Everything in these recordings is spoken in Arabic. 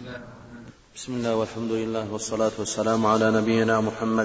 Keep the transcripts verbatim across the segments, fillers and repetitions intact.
بسم الله والحمد لله والصلاة والسلام على نبينا محمد.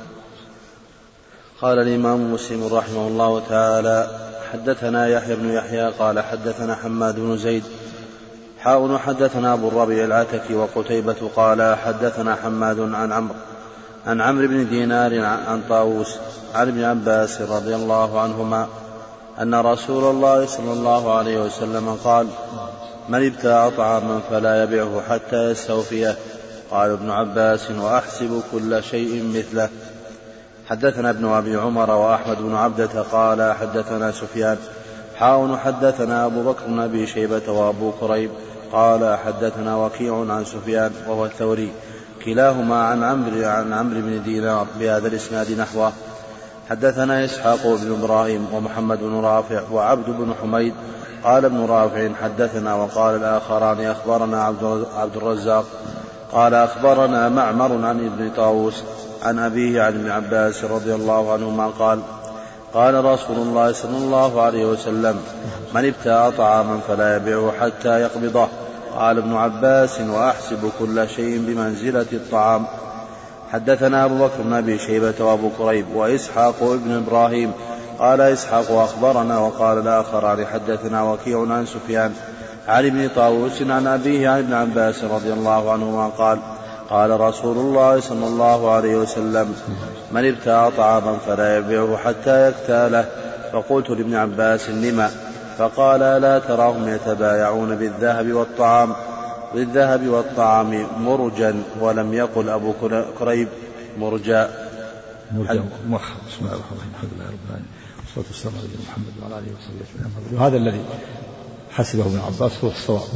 قال الإمام مسلم رحمه الله تعالى: حدثنا يحيى بن يحيى قال حدثنا حماد بن زيد حاء حدثنا أبو الربيع العتكي وقتيبة قال حدثنا حماد عن عمرو عن عمرو بن دينار عن طاووس عن ابن عباس رضي الله عنهما أن رسول الله صلى الله عليه وسلم قال: من ابتاع طعاما فلا يبيعه حتى يستوفيه. قال ابن عباس: وأحسب كل شيء مثله. حدثنا ابن أبي عمر وأحمد بن عبدة قال حدثنا سفيان حاء حدثنا أبو بكر بن أبي شيبة وأبو كريب قال حدثنا وكيع عن سفيان وهو الثوري كلاهما عن عمرو عن عمرو بن دينار بهذا الإسناد نحوه. حدثنا إسحاق بن إبراهيم ومحمد بن رافع وعبد بن حميد قال ابن رافع حدثنا وقال الآخران أخبرنا عبد الرزاق قال أخبرنا معمر عن ابن طاووس عن أبيه عن ابن عباس رضي الله عنهما قال: قال رسول الله صلى الله عليه وسلم: من ابتاع طعاما فلا يبيعه حتى يقبضه. قال ابن عباس: وأحسب كل شيء بمنزلة الطعام. حدثنا أبو بكر بن أبي شيبة وأبو كريب وإسحاق ابن إبراهيم قال إسحاق أخبرنا وقال الآخران حدثنا وكيع عن سفيان عن ابن طاووس عن أبيه عن ابن عباس رضي الله عنهما قال: قال رسول الله صلى الله عليه وسلم: من ابتاع طعاما فلا يبيعه حتى يكتاله. فقلت لابن عباس: لما؟ فقال: لا تراهم يتبايعون بالذهب والطعام بالذهب والطعام مرجا. ولم يقل أبو كريب مرجا. مرجا مؤخر. بسم الله الرحمن الرحيم. الحمد لله رب العالمين والصلاة والسلام على محمد وعلى آله وصحبه أجمعين. وهذا الذي حسبه ابن عباس هو الصواب،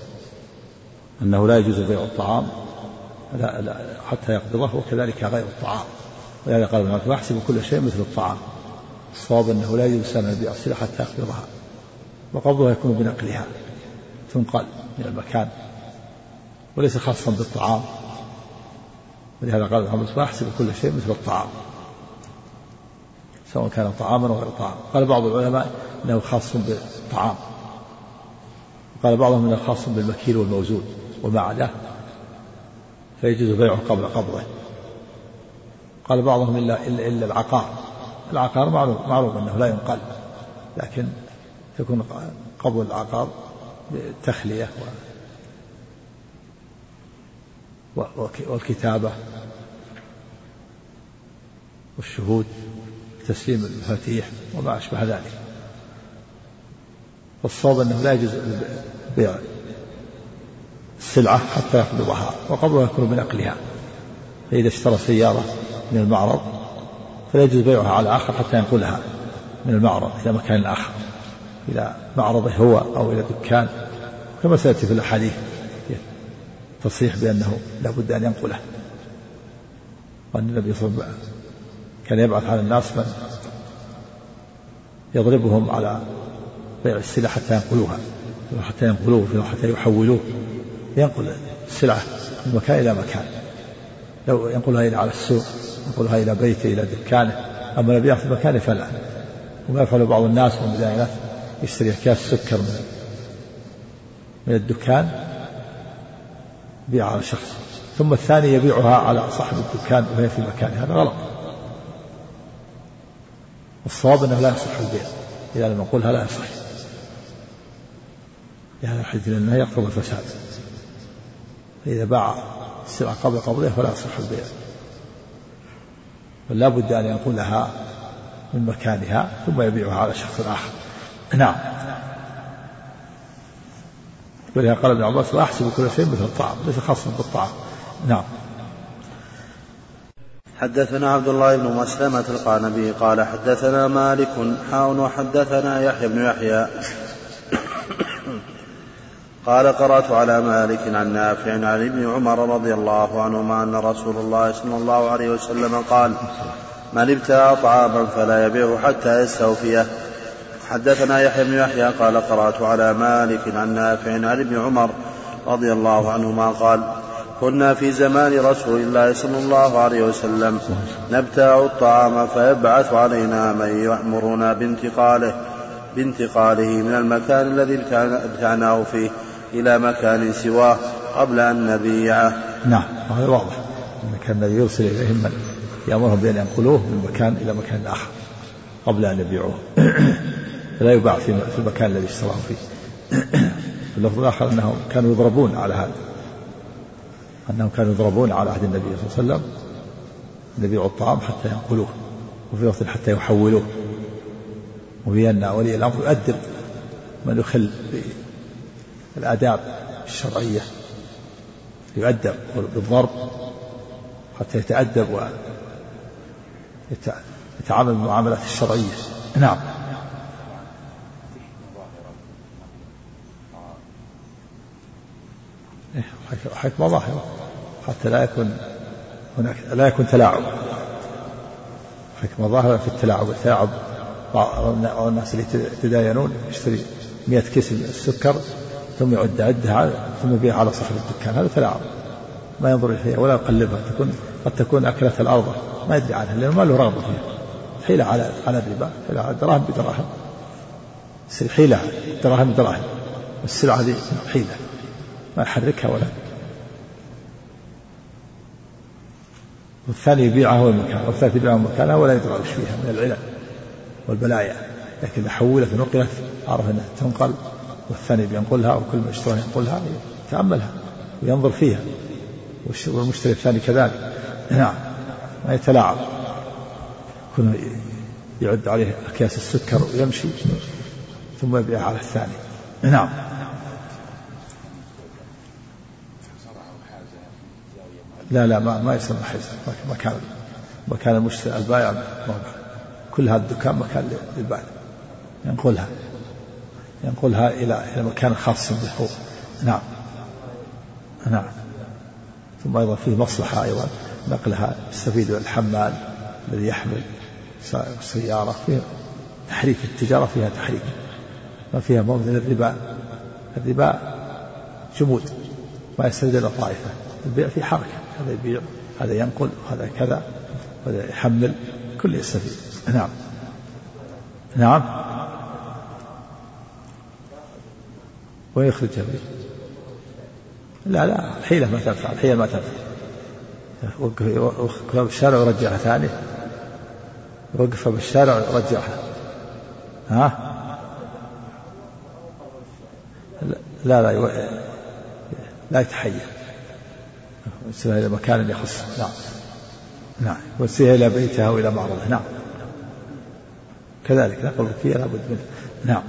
أنه لا يجوز بيع الطعام لا لا حتى يقبضه، وكذلك غير الطعام. ولهذا قال ابن عباس: واحسب كل شيء مثل الطعام. الصواب أنه لا يجوز أن يبيع السلعة حتى يقبضها، وقبضها يكون بنقلها، تنقل من المكان وليس خاصا بالطعام. ولهذا قال ابن عباس: واحسب كل شيء مثل الطعام، سواء كان طعاما أو غير طعام. قال بعض العلماء أنه خاص بالطعام، قال بعضهم أنه خاص بالمكيل والموزون وما عداه، فيجوز بيعه قبل قبضه. قال بعضهم إلا, إلا, إلا العقار. العقار معروف, معروف أنه لا ينقل، لكن يكون قبض العقار بتخلية والكتابة والشهود، تسليم المفاتيح وما أشبه ذلك. والصواب أنه لا يجوز بيع السلعة حتى يقبضها، وقبضها يكون بنقلها. فإذا اشترى سيارة من المعرض فلا يجوز بيعها على آخر حتى ينقلها من المعرض إلى مكان آخر، إلى معرضه هو أو إلى دكان، كما سيأتي في الأحاديث تصريح بأنه لا بد أن ينقله. وأن النبي صلى الله عليه وسلم كان يبعث على الناس من يضربهم على بيع السلع حتى ينقلوها، حتى ينقلوه حتى يحولوه، ينقل السلعة من مكان إلى مكان، لو ينقلها إلى على السوق، ينقلها إلى بيته إلى دكانه. أما الذي يأخذ مكانه فلا. وما يفعل بعض الناس من البدايات يشتري أكياس سكر من من الدكان يبيعها على شخص، ثم الثاني يبيعها على صاحب الدكان وهي في مكانه. هذا غلط. الصواب أنه لا يصح البيع إذا لم نقولها، لا يصح لهذا الحديث، لأنه يقتضي الفساد. فإذا باع السلعة قبل قبضها فلا يصح البيع، بل لا بد أن ينقلها من مكانها ثم يبيعها على شخص آخر. نعم. ولهذا قال ابن عباس: وأحسب كل شيء مثل الطعام، ليس خاصا بالطعام. نعم. حدثنا عبد الله بن مسلمة القعنبي قال حدثنا مالك حاء وحدثنا يحيى بن يحيى قال قرأت على مالك عن نافع عن ابن عمر رضي الله عنهما أن رسول الله صلى الله عليه وسلم قال: من ابتاع طعاما فلا يبيعه حتى يستوفيه. حدثنا يحيى بن يحيى قال قرأت على مالك عن نافع عن ابن عمر رضي الله عنهما قال: كنا في زمان رسول الله صلى الله عليه وسلم نبتاع الطعام فيبعث علينا من يأمرنا بانتقاله بانتقاله من المكان الذي ابتعناه فيه إلى مكان سواه، قبل أن نبيعه. نعم هذا واضح أن كان النبي يرسل إليهم من يأمرهم بأن ينقلوه من مكان إلى مكان آخر قبل أن يبيعوه فلا يباع في المكان الذي اشتراه فيه. في اللفظ الآخر أنهم كانوا يضربون على هذا أنهم كانوا يضربون على عهد النبي صلى الله عليه وسلم يبيعوا الطعام حتى ينقلوه وفي وقت حتى يحولوه. وبأن ولي الأمر يؤدب من يخل بالآداب الشرعية يؤدب بالضرب حتى يتأدب ويتعامل بالمعاملات الشرعية. نعم حكمة ظاهرة حتى لا يكون هناك لا يكون تلاعب. حكمة ظاهرة في التلاعب التلاعب بعض الناس اللي يتداينون يشتري مئة كيس السكر ثم يعد عدها ثم يبيع على صفر الدكان هذا تلاعب ما ينظر فيها ولا يقلبها تكون قد تكون أكلة الأرض ما يدري عنها لأنه ما له رغبة فيها. حيلة على على الربا حيلة على الدراهم بدراهم حيلة دراهم بدراهم والسلعة هذه حيلة ما يحركها ولا. والثاني يبيعها المكان والثالث يبيعها مكانها ولا يدرى وش فيها من العلل والبلايا. لكن حولت ونقلت عرف أنها تنقل والثاني بينقلها وكل ما يشتريها ينقلها يتأملها وينظر فيها والمشتري الثاني كذلك. نعم ما يتلاعب كنا يعد عليه أكياس السكر ويمشي ثم يبيعها على الثاني. نعم لا لا ما ما يسمى حيز مكان مكان المشتري البائع كل هذا الدكان مكان للبائع ينقلها ينقلها إلى إلى مكان خاص به هو. نعم نعم ثم أيضا فيه مصلحة أيضا نقلها يستفيد الحمال الذي يحمل السيارة فيه تحريك التجارة فيها تحريك ما فيها موضع الربا. الربا جمود ما يستفيد إلا طائفة. البيع في حركة هذا يبيع هذا ينقل وهذا كذا وهذا يحمل كل يستفيد. نعم نعم ويخرجها به لا لا الحيلة ما تنفع الحيلة ما تنفع. وقفها بالشارع ورجعها ثاني وقفها بالشارع ورجعها ها لا لا لا, لا يتحيل ويسيرها إلى مكان يخص. نعم نعم ويسيرها إلى بيتها وإلى معرضها. نعم كذلك نقل فيها لابد منه. نعم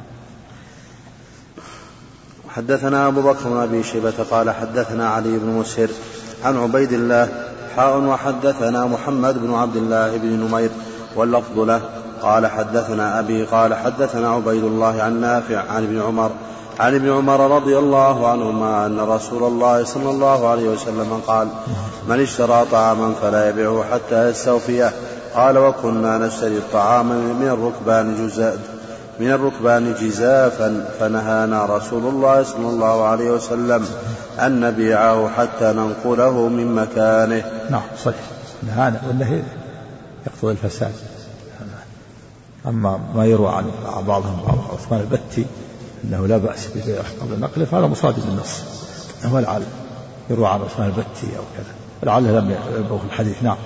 حدثنا أبو بكر بن أبي شيبة قال حدثنا علي بن مسهر عن عبيد الله حاء وحدثنا محمد بن عبد الله بن نمير واللفظ له قال حدثنا أبي قال حدثنا عبيد الله عن نافع عن ابن عمر عن ابن عمر رضي الله عنهما أن رسول الله صلى الله عليه وسلم قال من اشترى طعاما فلا يبيعه حتى يستوفيه. قال وكنا نشتري الطعام من الركبان جزاء من الركبان جزافا فنهانا رسول الله صلى الله عليه وسلم أن نبيعه حتى ننقله من مكانه. نعم صحيح نهانا والنهي يقتضي الفساد. أما ما يروى عن بعضهم بعض عثمان البتي أنه لا بأس ببيعه قبل نقله فهذا مصادم للنص ولعل يروى عن عثمان البتي أو كذا لعله لم يبقوا في الحديث. نعم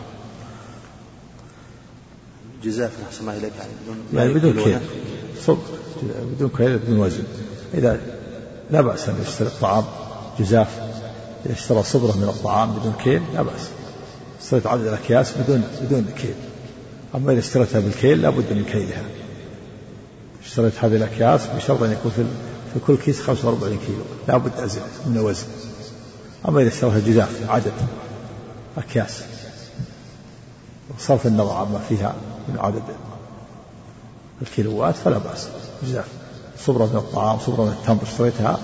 جزاف أحسن ما إليك يعني بدون كيل صب بدون كيل بدون وزن. إذا لا بأس أن يشتري الطعام جزاف إذا اشترى صبرة من الطعام بدون كيل لا بأس. اشتريت عدد الأكياس بدون بدون كيل. أما إذا اشتريتها بالكيل لا بد من كيلها. اشتريت هذه الأكياس بشرط أن يكون في في كل كيس خمسة وأربعين كيلو لا بد أزيد من وزن. أما إذا اشتريتها جزاف عدد أكياس صرف النظر عما فيها من عدد الكيلوات فلا بأس. جزاف صبرة من الطعام صبرة من التمر اشتريتها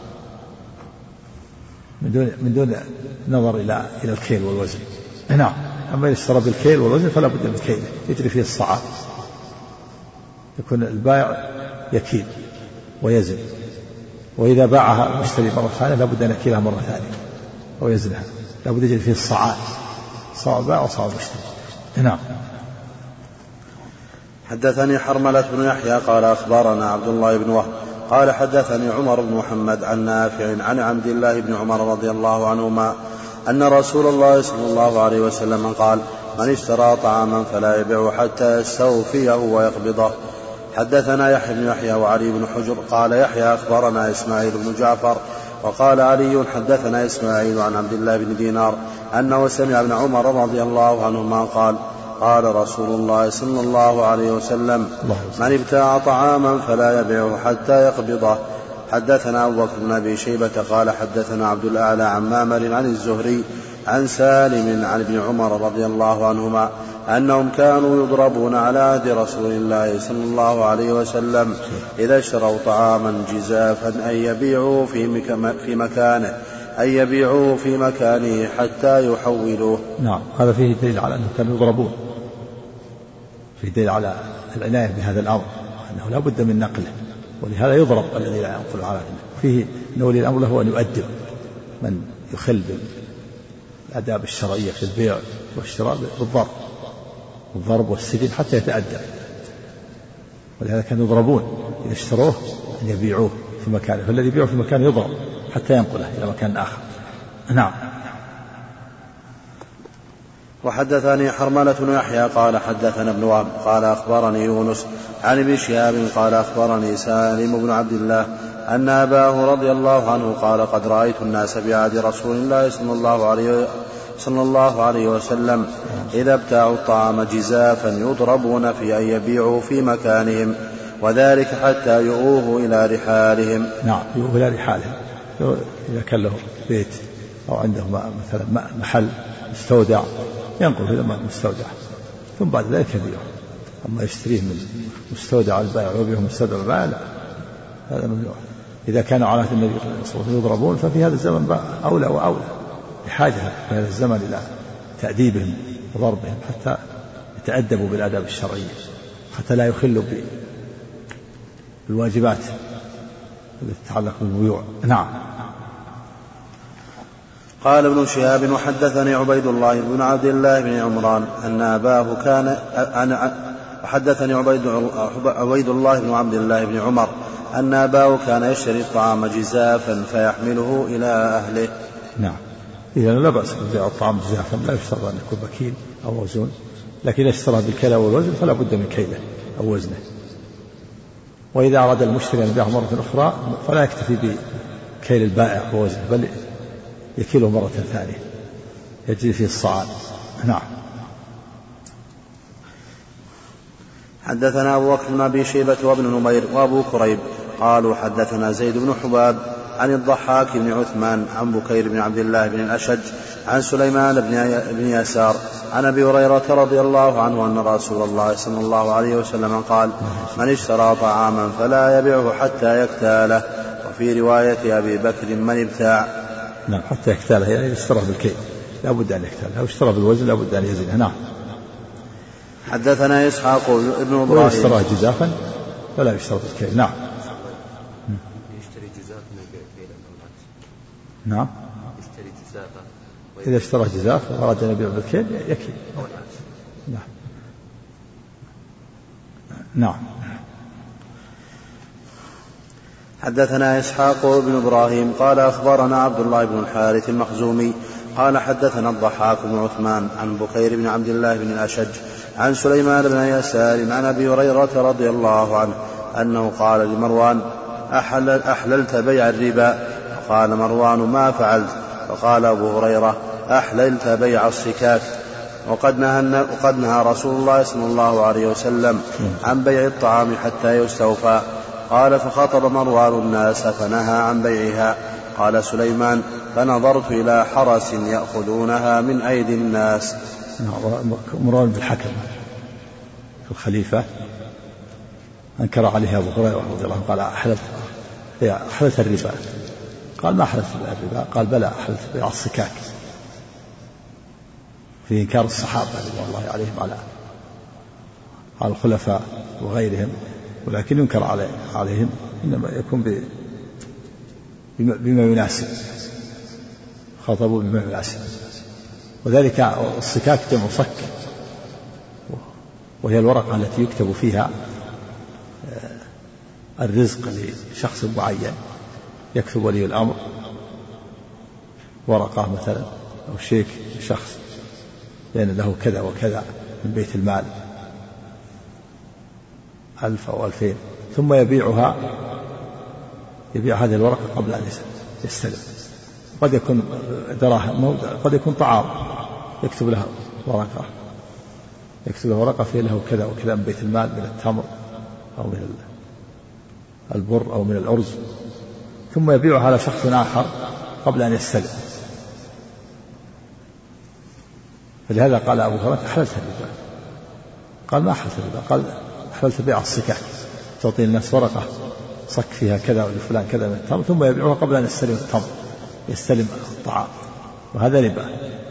من دون من دون نظر إلى إلى الكيل والوزن. نعم أما إذا اشترى بالكيل والوزن فلا بد من كيله يجري فيه الصعاب. يكون البائع يكيل ويزن وإذا باعها المشتري مرة ثانية لا بد أن يكيلها مرة ثانية ويزنها لا بد يجري فيه الصعاب صعب البائع وصعب المشتري. نعم حدثني حرملة بن يحيى قال أخبرنا عبد الله بن وهب قال حدثني عمر بن محمد عن نافع عن عبد الله بن عمر رضي الله عنهما أن رسول الله صلى الله عليه وسلم قال من اشترى طعاما فلا يبيعه حتى يستوفيه ويقبضه. حدثنا يحيى بن يحيى وعلي بن حجر قال يحيى أخبرنا إسماعيل بن جعفر وقال علي حدثنا إسماعيل عن عبد الله بن دينار أنه سمع ابن عمر رضي الله عنهما قال قال رسول الله صلى الله عليه وسلم من ابتاع طعاما فلا يبيعه حتى يقبضه. حدثنا أبو بكر بن أبي شيبة قال حدثنا عبد الأعلى عن مامر عن الزهري عن سالم عن ابن عمر رضي الله عنهما أنهم كانوا يضربون على عهد رسول الله صلى الله عليه وسلم إذا اشتروا طعاما جزافا أن يبيعوا في مكانه أن يبيعوه في مكانه حتى يحولوه. نعم هذا فيه دليل على أنهم كانوا يضربون، فيه دليل على العناية بهذا الأمر أنه لا بد من نقله، ولهذا يضرب الذي لا ينقل على عنه. فيه أن ولي الأمر له أن يؤدب من يخل بالآداب الشرعية في البيع والشراء بالضرب الضرب والسجن حتى يتأدب، ولهذا كانوا يضربون إذا اشتروه أن يبيعوه في مكانه، فالذي يبيعه في مكانه يضرب حتى ينقله إلى مكان آخر. نعم. وحدثني حرملة بن يحيى قال حدثنا ابن وهب قال أخبرني يونس عن ابن شهاب قال أخبرني سالم بن عبد الله أن أباه رضي الله عنه قال قد رأيت الناس بعهد رسول الله صلى الله عليه صلى الله عليه وسلم إذا ابتاعوا الطعام جزافا يضربون في أن يبيعوا في مكانهم، وذلك حتى يؤوه إلى رحالهم. نعم يؤوه إلى رحالهم، إذا كان له بيت أو عنده مثلا محل مستودع ينقل إلى مستودع ثم بعد ذلك يبيعه. أما يشتريه من مستودع البائع ويبيعه مستودع البائع لا، هذا ممنوع. إذا كان على عهد النبي صلى الله عليه وسلم يضربون ففي هذا الزمن أولى وأولى، بحاجة في هذا الزمن إلى تأديبهم وضربهم حتى يتأدبوا بالآداب الشرعية، حتى لا يخلوا بالواجبات التي تتعلق بالبيوع. نعم. قال ابن شهاب وحدثني عبيد الله بن عبد الله بن عمران أن أباه كان أنا وحدثني عبيد عبيد الله بن عبد الله بن عمر أن أباه كان يشتري الطعام جزافا فيحمله إلى أهله. نعم إذا لا بأس ببيع الطعام جزافا، لا يشترط أن يكون بكيل أو وزن، لكن إذا اشترى بالكيل والوزن فلا بد من كيله أو وزنه. وإذا أراد المشتري أن يبيعه مرة أخرى فلا يكتفي بكيل البائع ووزنه، بل يكيله مرة ثانية يجري فيه الصعاب. نعم. حدثنا أبو بكر بن أبي شيبة وابن نمير وأبو كريب قالوا حدثنا زيد بن حباب عن الضحاك بن عثمان عن بكير بن عبد الله بن الأشج عن سليمان بن يسار عن أبي هريرة رضي الله عنه أن رسول الله صلى الله عليه وسلم قال من اشترى طعاما فلا يبيعه حتى يكتاله. وفي رواية أبي بكر من ابتاع. نعم حتى يكتاله يعني اشترى بالكيل لا بد أن يكتاله، أو اشترى بالوزن لا بد أن يزنه. نعم. حدثنا إسحاق ابن إبراهيم اشترى جزافا فلا يشترى بالكيل. نعم. يشتري جزافا ويبيع كيلا. نعم. يشتري جزافا إذا اشترى جزاف وأراد أن يبيع بالكيل يكفي. نعم. نعم. حدثنا إسحاق بن إبراهيم قال أخبرنا عبد الله بن الحارث المخزومي قال حدثنا الضحاك بن عثمان عن بكير بن عبد الله بن الأشج عن سليمان بن يسار عن أبي هريرة رضي الله عنه أنه قال لمروان أحلل أحللت بيع الربا؟ فقال مروان ما فعلت؟ فقال أبو هريرة أحللت بيع الصكاك. وقد نهى, وقد نهى رسول الله صلى الله عليه وسلم عن بيع الطعام حتى يستوفى. قال فخطب مروان الناس فنهى عن بيعها. قال سليمان فنظرت إلى حرس يأخذونها من أيدي الناس. مروان بالحكم الخليفة أنكر عليه أبو هريرة رضي الله عنه قال أحللت أحللت الربا؟ قال ما أحللت الربا؟ قال بلى أحللت بيع الصكاك، في إنكار الصحابة رضي الله عليهم على على الخلفاء وغيرهم، ولكن ينكر عليهم إنما يكون بما يناسب، خاطبوا بما يناسب. وذلك الصكاك جمع صك، وهي الورقة التي يكتب فيها الرزق لشخص معين، يكتب ولي الأمر ورقة مثلا أو شيك لشخص لأن له كذا وكذا من بيت المال ألف أو ألفين، ثم يبيعها يبيع هذه الورقة قبل أن يستلم. قد يكون دراهم، قد يكون طعام، يكتب لها ورقة يكتب له ورقة فيه له كذا وكذا من بيت المال، من التمر أو من البر أو من الأرز، ثم يبيعها على شخص آخر قبل أن يستلم. فلهذا قال أبو هريرة أحللت الربا؟ قال ما أحللت الربا، قال أحللت بيع الصكاك، تعطي الناس ورقة صك فيها كذا ولفلان كذا من التمر، ثم يبيعها قبل أن يستلم التمر، يستلم الطعام، وهذا ربا.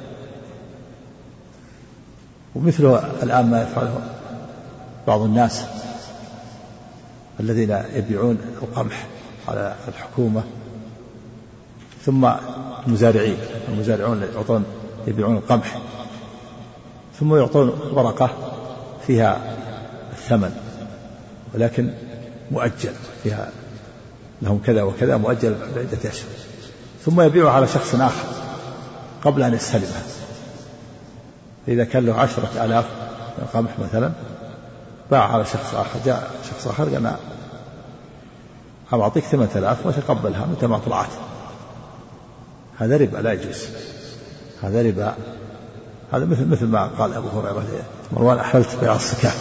ومثله الآن ما يفعله بعض الناس الذين يبيعون القمح على الحكومة، ثم المزارعين المزارعون يعطون يبيعون القمح ثم يعطون ورقة فيها الثمن ولكن مؤجل، فيها لهم كذا وكذا مؤجل بعدة أشهر، ثم يبيعها على شخص آخر قبل أن يستلمها. إذا كان له عشرة آلاف من القمح مثلا، باع على شخص آخر، جاء شخص آخر قال أنا أعطيك ثمانية آلاف وتقبلها متى ما طلعت. هذا ربا لا يجوز، هذا ربا. هذا مثل مثل ما قال أبو هريرة مروان أحللت بيع الصكاك.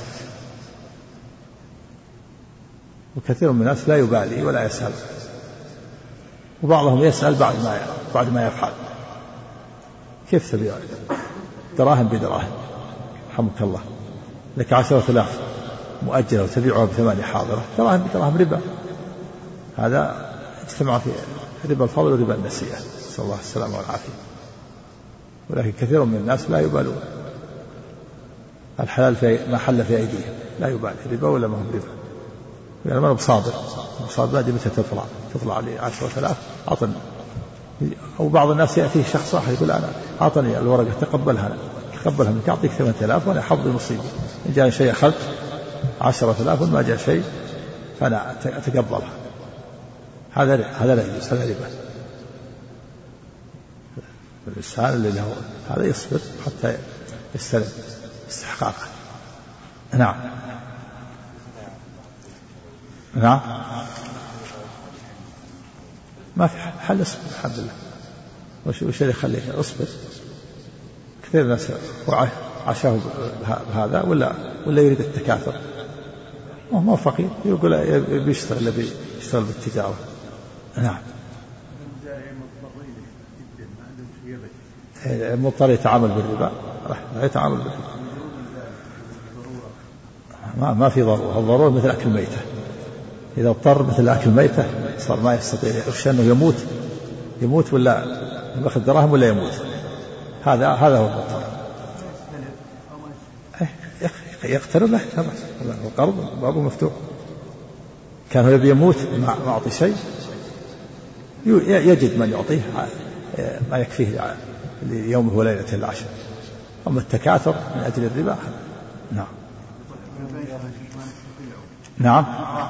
وكثير من الناس لا يبالي ولا يسأل، وبعضهم يسأل بعد ما بعد ما يفعل. كيف تبيع دراهم بدراهم؟ رحمك الله، لك عشرة آلاف مؤجلة وتبيعها بثمانية حاضرة، دراهم بدراهم ربا. هذا اجتمع في ربا الفضل وربا النسيئة، نسأل الله السلامة والعافية. ولكن كثير من الناس لا يبالون، الحلال في ما حل في أيديهم، لا يبالي ربا ولا ما هو ربا. يعني ما بصادر بصادر دي متى تطلع تطلع لي عشرة آلاف أعطني. أو بعض الناس يأتيه شخص آخر يقول أنا أعطني الورقة تقبلها، أنا تقبلها منك أعطيك ثمانية آلاف وأنا حظي مصيبي، إن جاء شيء أخذت عشرة آلاف وما جاء شيء فأنا أتقبلها. هذا هذا لا يجوز، هذا ربا. الإنسان اللي له هذا يصبر حتى يستلم استحقاقه. نعم نعم ما في حل، اصبر الحمد لله. وش وش اللي يخليك اصبر؟ كثير ناس عاشاه بهذا ولا ولا يريد التكاثر، ما هو فقير يقول بيشتغل بيشتغل بالتجارة. نعم مضطر يتعامل بالربا، لا يتعامل بالربا، ما ما في ضرورة. الضرورة مثل أكل ميتة، إذا اضطر مثل أكل ميتة صار ما يستطيع، يخشى أنه يموت يموت ولا يأخذ دراهم ولا يموت. هذا هذا هو المضطر. يقترب له القرض بابه مفتوح. كان هو يبي يموت ما أعطي شيء، يجد من يعطيه ما يكفيه ليومه وليلته العشر. أما التكاثر من أجل الربا نعم نعم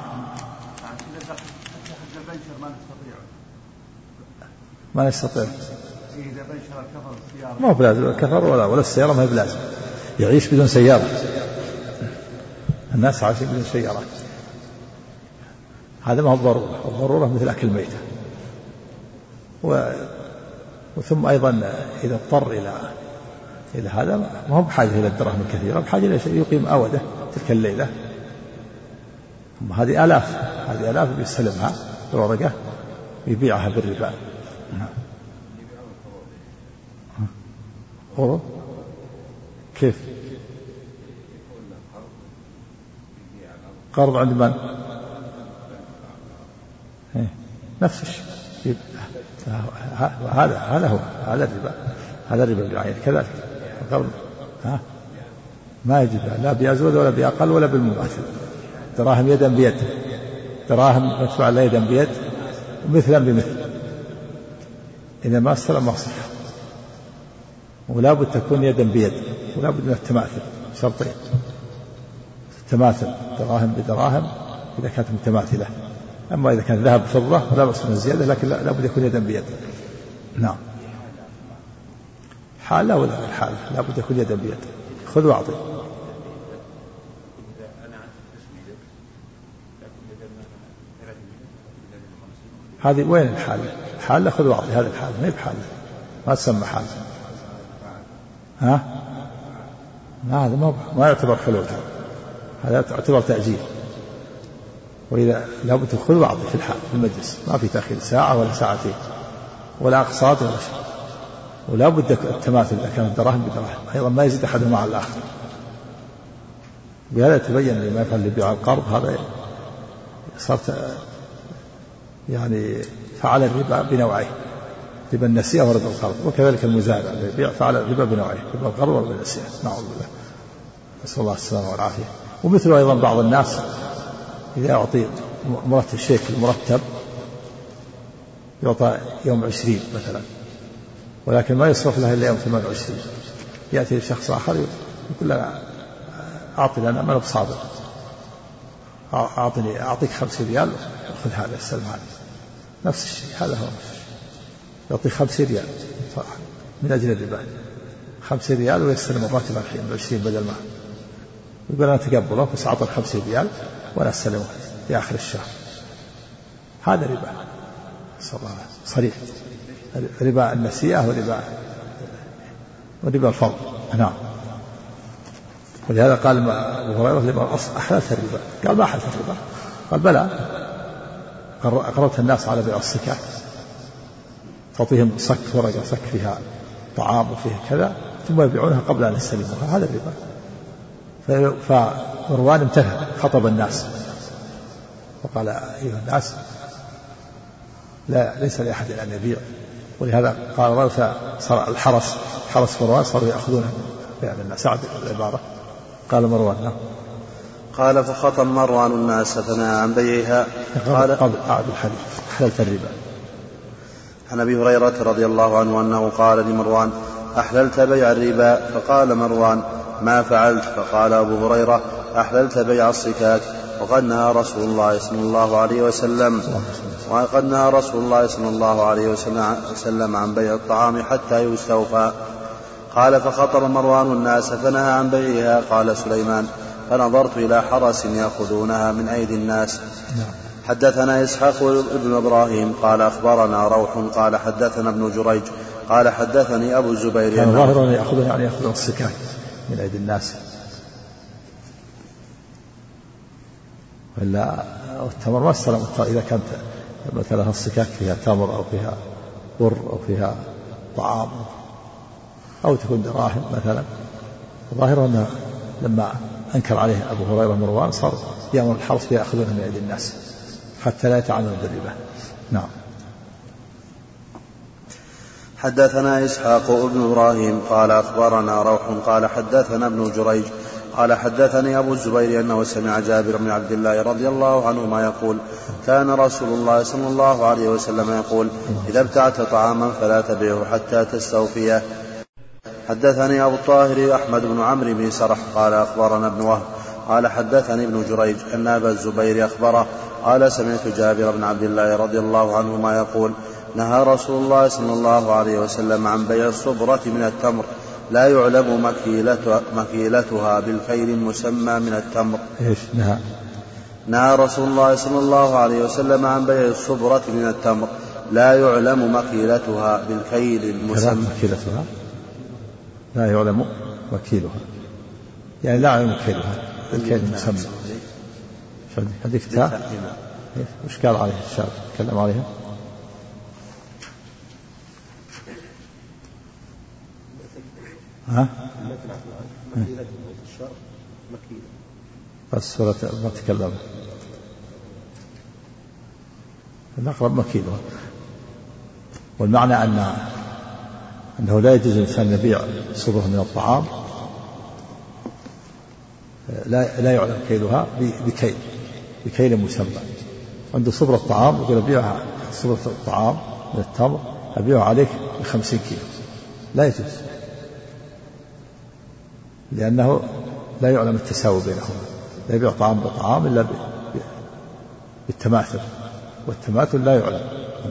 ما نستطيع. ما هو بلازم الكفر ولا ولا السيارة، ما هي بلازم. يعيش بدون سيارة، الناس عايشين بدون سيارات. هذا ما هو ضرورة، الضرورة مثل أكل ميتة. و... وثم أيضا إذا اضطر إلى إلى هذا ما هو بحاجة إلى الدراهم الكثيرة، بحاجة إلى شيء يقيم أوده تلك الليلة. هذه آلاف هذه آلاف بيستلمها بورقة يبيعها بالربا. قرض كيف؟ قرض عند من؟ نفس الشيء. هذا هذا هو هذا الربا، هذا الربا بالعين كذلك. ها ما يجب لا بأزود ولا بأقل ولا بالمماثل. دراهم يدا بيد، دراهم مدفوع على يدا بيد، مثلا بمثل. إذا ما استلم ما صح، ولا بد تكون يدا بيد، ولا بد من التماثل، شرطين: التماثل دراهم بدراهم إذا كانت متماثلة. أما إذا كان ذهب فضة فلا بأس من الزيادة، لكن لا بد يكون يدا بيد. نعم. حالة ولا الحالة لا بد يكون يدا بيد، خذ واعطي. هذه وين الحالة؟ حالة خذ واعطي، هذه الحالة ما هي بحالة، ما تسمى حالة. ها؟ ما هذا ما ما يعتبر حلول، هذا هذا يعتبر تأجيل. وإذا لابد خذ واعطي في الحال في المجلس، ما في تأخير ساعة ولا ساعتين ولا أقساط ولا شيء. ولا بد التماثل إذا كانت دراهم بدراهم، أيضا ما يزيد أحدهما على الآخر. بهذا تبين لما يفعل لبيع القرض هذا صارت يعني فعل الربا بنوعين، ربا النسيئة وربا القرض. وكذلك المزارع البيع فعل الربا بنوعين، ربا القرض وربا النسيئة. نعوذ بالله، نسأل الله السلامة والعافية. ومثل أيضا بعض الناس إذا أعطي مرتب شيك المرتب يعطى يوم عشرين مثلا، ولكن ما يصرف له إلا يوم ثمان وعشرين، يأتي شخص آخر يقول له أعطي لنا ما بصابر، أعطني أعطيك خمسين ريال خذ هذا السلم هذا، نفس الشيء. هذا هو يعطي خمسين ريال من أجل الربا، خمسين ريال ويستلم الراتب الحين بعشرين بدل ما يقول أنا تقبله، بس أعطى خمسين ريال وأنا أستلمه في آخر الشهر. هذا ربا صريح، ربا النسيئة وربا وربا الفضل. نعم. ولهذا قال أبو هريرة لما أحللت الربا، قال ما أحللت الربا، قال بلى أقررت الناس على بيع الصكاك، تعطيهم صك ورقة صك فيها طعام وفيها كذا ثم يبيعونها قبل أن يستلموها، هذا الربا. فمروان امتنع، خطب الناس وقال أيها الناس لا ليس لأحد أن يبيع. ولهذا قال رأى صار الحرس حرس مروان صاروا يأخذون بيع الناس. سعد العبارة قال مروان قال فخطب مروان الناس فنهى عن بيعها. قال قبل أعد الحديث أحللت الربا. عن أبي هريرة رضي الله عنه أنه قال لمروان أحللت بيع الربا؟ فقال مروان ما فعلت. فقال أبو هريرة أحللت بيع الصكاك، وقد نهى رسول الله صلى الله عليه وسلم وقد نهى رسول الله صلى الله عليه وسلم عن بيع الطعام حتى يستوفى. قال فخطب مروان الناس فنهى عن بيعها. قال سليمان فنظرت إلى حرس يأخذونها من أيدي الناس. حدثنا إسحاق بن إبراهيم قال أخبرنا روح قال حدثنا ابن جريج قال حدثني أبو الزبير كان ظاهرا يأخذون يعني يأخذون الصكاك من أيدي الناس. ولا التمر ما استلم إذا كانت مثلا الصكاك فيها تمر أو فيها بر أو فيها طعام أو تكون دراهم مثلا. ظاهرا أنه لما أنكر عليه أبو هريرة مروان صار يأمر الحرس فيأخذونها من أيدي الناس حتى لا يتعاملوا بالربا. نعم. حدثنا إسحاق بن إبراهيم قال أخبرنا روح قال حدثنا ابن جريج قال حدثني أبو الزبير أنه سمع جابر بن عبد الله رضي الله عنهما يقول كان رسول الله صلى الله عليه وسلم يقول إذا ابتعت طعاما فلا تبيعه حتى تستوفيه. حدثني أبو الطاهر أحمد بن عمرو بن سرح قال أخبرنا ابن وهب قال حدثني ابن جريج أن أبا الزبير أخبره قال سمعت جابر بن عبد الله رضي الله عنهما يقول نهى رسول الله صلى الله عليه وسلم عن بيع الصبرة من التمر لا يعلم مكيلتها, مكيلتها بالكيل المسمى من التمر. إيش نهى؟ نهى رسول الله صلى الله عليه وسلم عن بيع الصبرة من التمر لا يعلم مكيلتها بالكيل المسمى. مكيلتها لا يعلم مكيلها يعني لا يعلم مكيلها بالكيل المسمى. هذيك تاء وش قال عليه الشارع تكلم عليها؟ ها؟ بس ولا ما تكلم الأقرب مكيلها. والمعنى أن أنه لا يجوز الإنسان يبيع صبره من الطعام لا لا يعلم كيلها بكيل بكيل مسمى. عنده صبر الطعام يقول أبيعها صبر الطعام من التمر أبيعها عليك بخمسين كيلو، لا يجوز لأنه لا يعلم التساوي بينهم. لا يبيع طعام بطعام إلا بالتماثل، والتماثل لا يعلم.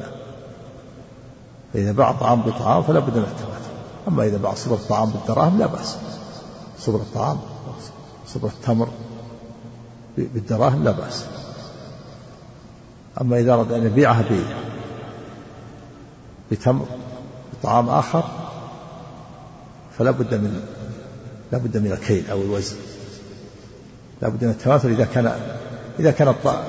فإذا باع طعام بطعام فلا بد من التماثل. أما إذا باع صبر الطعام بالدراهم لا بأس، صبر الطعام صبر التمر بالدراهم لا بأس. أما إذا أراد أن يبيعها بتمر بطعام آخر فلا بد من لا بد من الكيل أو الوزن، لا بد من التماثل. إذا كان إذا كان الطعام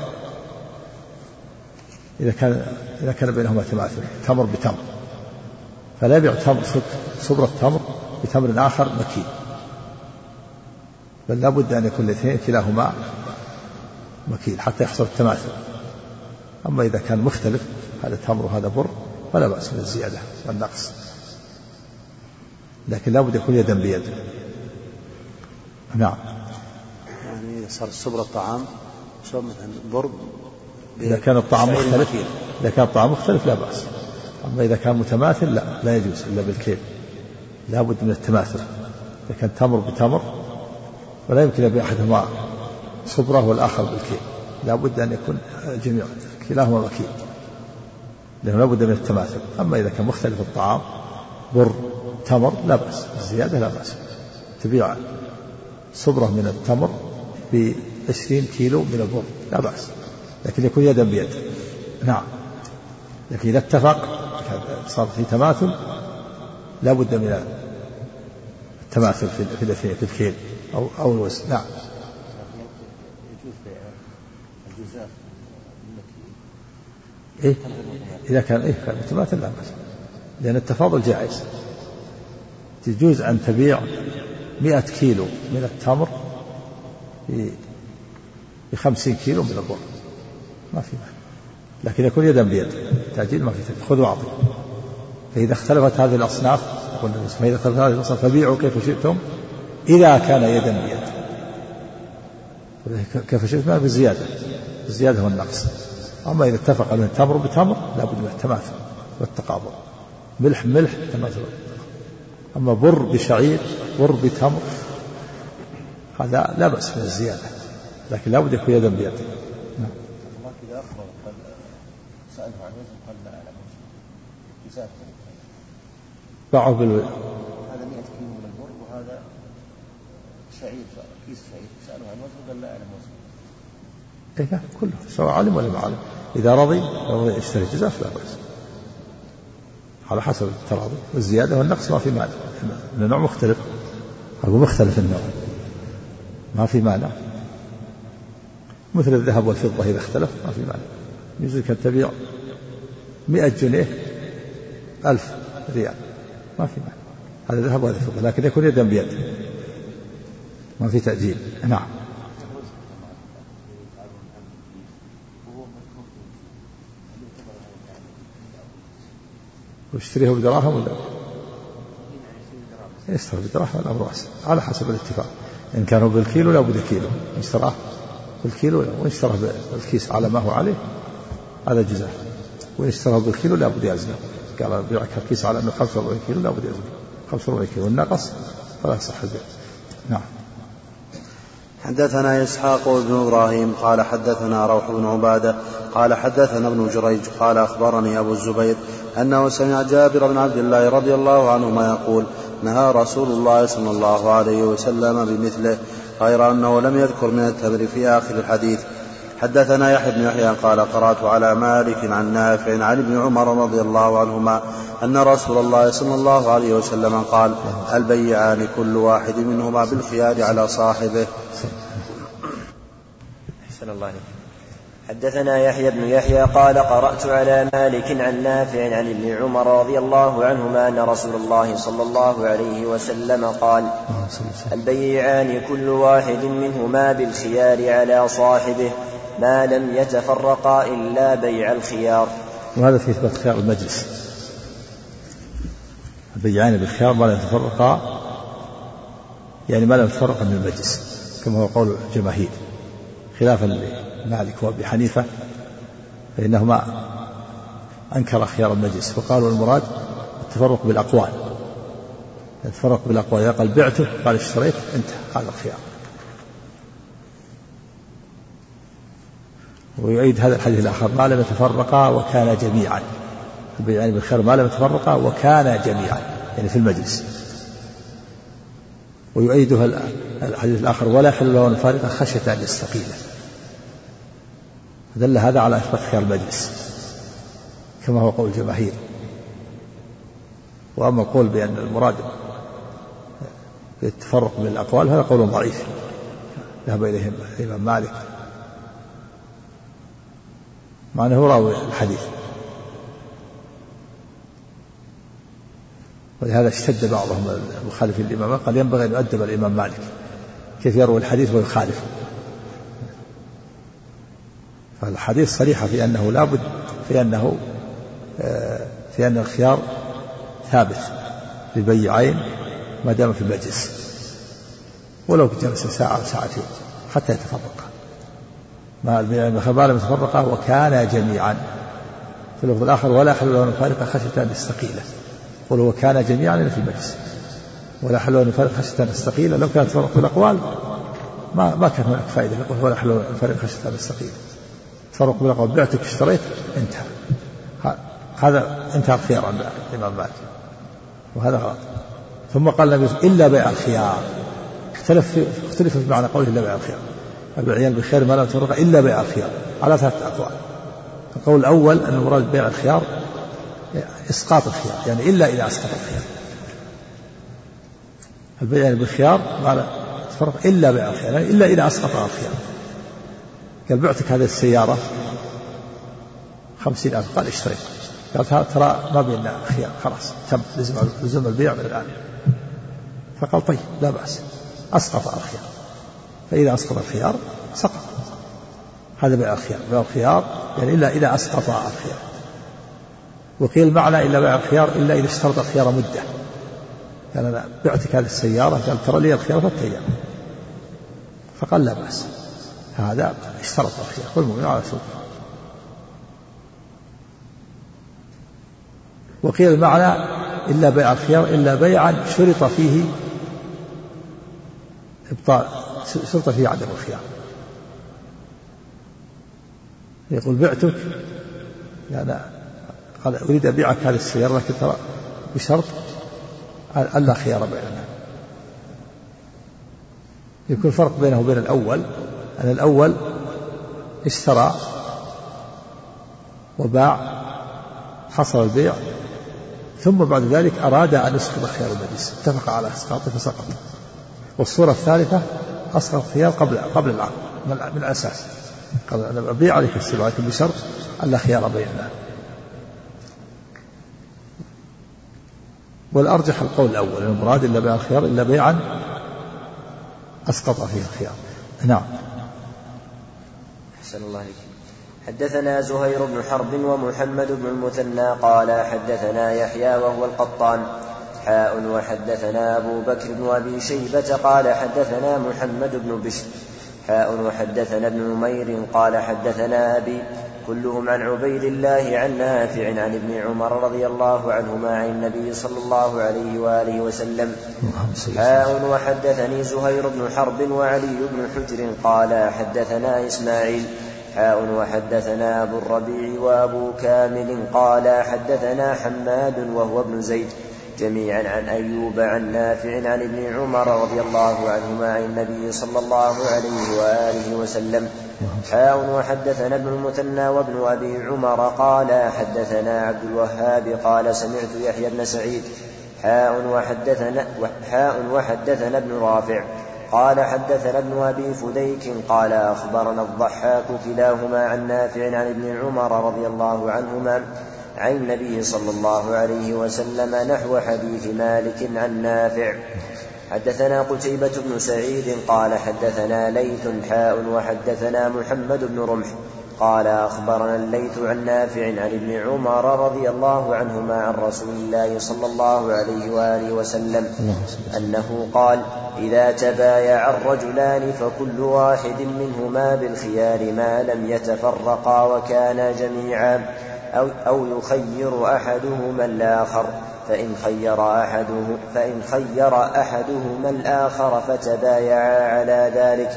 إذا كان إذا كان بينهما تماثل تمر بتمر فلا يبيع تمر صبر التمر بتمر آخر مكيل، بل لا بد أن يكون الاثنين كلاهما مكيل حتى يحصل التماثل. أما إذا كان مختلف هذا تمر وهذا بر فلا بأس من الزيادة والنقص، لكن لا بد يكون يدا بيد. نعم. يعني صار صبر الطعام صار مثلا بر إذا كان الطعام مختلف إذا كان الطعام مختلف لا بأس. أما إذا كان متماثل لا لا يجوز إلا بالكيل، لا بد من التماثل. إذا كان تمر بتمر ولا يمكن يبيع أحدهما صبره والآخر بالكيل، لا بد أن يكون جميع كلاهما مكيل، لأنه لا بد من التماثل. أما إذا كان مختلف الطعام بر تمر لا بأس، الزيادة لا بأس. تبيع صبرة من التمر بعشرين كيلو من البر لا بأس، لكن يكون يدا بيد. نعم. لكن إذا اتفق صار في تماثل لا بد من التماثل في الاثنين في الكيل أو أو الوزن. نعم. يجوز بيع الجزاف إيه إذا كان إيه كان متماثل لا بأس، لأن التفاضل جائز. تجوز أن تبيع مئة كيلو من التمر بخمسين كيلو من البر ما في معنى، لكن يكون يدا بيد تأجيل ما في تأجيل، خذ واعطي. فإذا اختلفت هذه الأصناف فإذا اختلفت هذه الأصناف فبيعوا كيف شئتم إذا كان يدا بيد. كيف شئتم بالزيادة الزيادة والنقص. أما إذا اتفق من التمر بتمر لا بد من التماثل والتقابل، ملح ملح تماثل. أما بر بشعير بر بتمر هذا لا بأس من الزيادة، لكن لا بد يكون يدا بيد. نعم. إذا أخبر قال سأله عن وزن قال لا أعلم وزن جزاف باعه بال هذا مئة كيلو من البر وهذا شعير كيس شعير، سأله عن وزن قال لا أعلم وزن. إيه كله سواء علم ولا ما علم. إذا رضي رضي يشتري جزاف لا بأس على حسب التراضي. والزيادة والنقص ما في مانع، النوع مختلف أقول مختلف النوع ما في مانع، مثل الذهب والفضة إذا اختلف ما في مانع. يجوز أن تبيع مئة جنيه ألف ريال ما في مانع، هذا ذهب وهذا فضة، لكن يكون يدا بيد ما في تأجيل. نعم. واشتريه بدراهم ولا يشتري بدراهم الأمر واسع على حسب الاتفاق. إن كانوا بالكيلو لا بد كيلو، اشتراه بالكيلو وإن اشتراه بالكيس على ما هو عليه هذا جزاء، وإن اشتراه بالكيلو لا بد يزنه. قال بيعك الكيس على أنه خمسة وأربعين كيلو لا بد يزنه خمسة وأربعين كيلو، والنقص فلا يصح البيع. نعم. حدثنا إسحاق بن إبراهيم قال حدثنا روح بن عبادة قال حدثنا ابن جريج قال أخبرني أبو الزبير أنه سمع جابر بن عبد الله رضي الله عنهما يقول نهى رسول الله صلى الله عليه وسلم بمثله، غير أنه لم يذكر من التمر في آخر الحديث. حدثنا يحيى بن يحيى قال قرأت على مالك عن نافع عن ابن عمر رضي الله عنهما أن رسول الله صلى الله عليه وسلم قال البيعان كل واحد منهما بالخيار على صاحبه. أحسن الله عليك. حدثنا يحيى بن يحيى قال قرأت على مالك عن نافع عن ابن عمر رضي الله عنهما أن رسول الله صلى الله عليه وسلم قال البيعان كل واحد منهما بالخيار على صاحبه ما لم يتفرقا إلا بيع الخيار. وهذا في إثبات خيار المجلس، البيعان بالخيار ما لم يتفرقا يعني ما لم يتفرقا من المجلس كما هو قول الجماهير، خلافا لمالك وابي حنيفة فإنهما أنكر خيار المجلس وقالوا المراد التفرق بالأقوال. التفرق بالأقوال إذا قال بعته قال اشتريت انتهى هذا الخيار. ويعيد هذا الحديث الآخر ما لم يتفرقا وكان جميعا، يعني بالخير ما لم يتفرقا وكان جميعا يعني في المجلس. ويعيدها الحديث الآخر ولا يحل له أن يفارق خشية أن يستقيل. دل هذا على إثبات خيار المجلس كما هو قول الجماهير. وأما القول بأن المراد بالتفرق من الأقوال هذا قول ضعيف ذهب إليه الإمام مالك مع أنه راوي الحديث، ولهذا اشتد بعضهم المخالفين الإمام قال ينبغي أن يؤدب الإمام مالك كيف يروي الحديث ويخالف. فالحديث صريحة في أنه لا بد في أنه في أن الخيار ثابت للبيعين ما دام في المجلس ولو جلس ساعة أو ساعتين حتى يتفرقا. ما لم يتفرقا وكان جميعا. في اللفظ الآخر ولا يحل له أن يفارق خشية أن يستقيل. قل هو كان جميعا في المجلس ولا يحل له أن يفارق خشية أن يستقيل. لو كانت تفرق بالأقوال ما ما كان هناك فائدة. يقول ولا يحل له أن يفارق خشية أن يستقيل. تفرق بالأقوال بعتك اشتريت انتهى. هذا انتهى الخيار عند الإمام مالك وهذا غلط. ثم قال النبي إلا بيع الخيار. اختلف في اختلف في معنى قوله إلا بيع الخيار. البيعين بالخير ما لا تفرق إلا بيع الخيار على ثلاثة أقوال. القول الأول أن المراد بيع الخيار إسقاط الخيار يعني إلا إذا أسقط الخيار. البيعين بالخيار ما لا تفرق إلا بيع الخيار يعني إلا إذا أسقط الخيار. قال بعتك هذه السيارة خمسين ألف قال اشتريت. قال ترى ما بيننا خيار خلاص تم لزم البيع من الآن. فقال طيب لا بأس أسقط الخيار. فإذا أسقط الخيار سقط. هذا بيع الخيار. بيع الخيار يعني إلا إذا أسقط الخيار. وقيل معنى إلا بيع الخيار إلا إذا اشترط الخيار مدة. قال أنا بعتك هذه السيارة قال ترى لي الخيار ثلاثة أيام. فقال لا بأس هذا اشترط الخيار والمؤمن على سوء. وقيل المعنى إلا بيع الخيار إلا بيعا شرط فيه إبطال شرط فيه عدم الخيار. يقول بعتك يعني قال أريد أبيعك هذه السيارة لكن ترى بشرط ألا خيار بيننا. يكون فرق بينه وبين الأول أن الأول اشترى وباع حصل البيع ثم بعد ذلك أراد أن يسقط خيار المجلس اتفق على إسقاطه فسقط. والصورة الثالثة أسقط الخيار قبل قبل العقد من الأساس قال أنا أبيع عليك السلعة لكن بشرط ألا خيار بيننا. والأرجح القول الأول المراد إلا بيع الخيار إلا بيعا أسقط فيه الخيار. نعم. أحسن الله عليك. حدثنا زهير بن حرب ومحمد بن المثنى قال حدثنا يحيى وهو القطان حاء وحدثنا أبو بكر بن أبي شيبة قال حدثنا محمد بن بشر حاء وحدثنا ابن نمير قال حدثنا أبي كلهم عن عبيد الله عن نافع عن ابن عمر رضي الله عنهما عن النبي صلى الله عليه وآله وسلم. حاء وحدثني زهير بن حرب وعلي بن حجر قال حدثنا إسماعيل حاء وحدثنا أبو الربيع وأبو كامل قال حدثنا حماد وهو ابن زيد جميعا عن أيوب عن نافع عن ابن عمر رضي الله عنهما عن النبي صلى الله عليه وآله وسلم. حاء وحدثنا ابن المثنى وابن أبي عمر قال حدثنا عبد الوهاب قال سمعت يحيى بن سعيد حاء وحدثنا, حاء وحدثنا ابن رافع قال حدثنا ابن أبي فديك قال أخبرنا الضحاك كلاهما عن نافع عن ابن عمر رضي الله عنهما عن النبي صلى الله عليه وسلم نحو حديث مالك عن نافع. حدثنا قتيبة بن سعيد قال حدثنا ليث حاء وحدثنا محمد بن رمح قال أخبرنا الليث عن نافع عن ابن عمر رضي الله عنهما عن رسول الله صلى الله عليه وآله وسلم أنه قال إذا تبايع الرجلان فكل واحد منهما بالخيار ما لم يتفرقا وكانا جميعا أو, أو يخير أحدهما الآخر فإن خير أحده فإن خير أحدهما الآخر فتبايعا على ذلك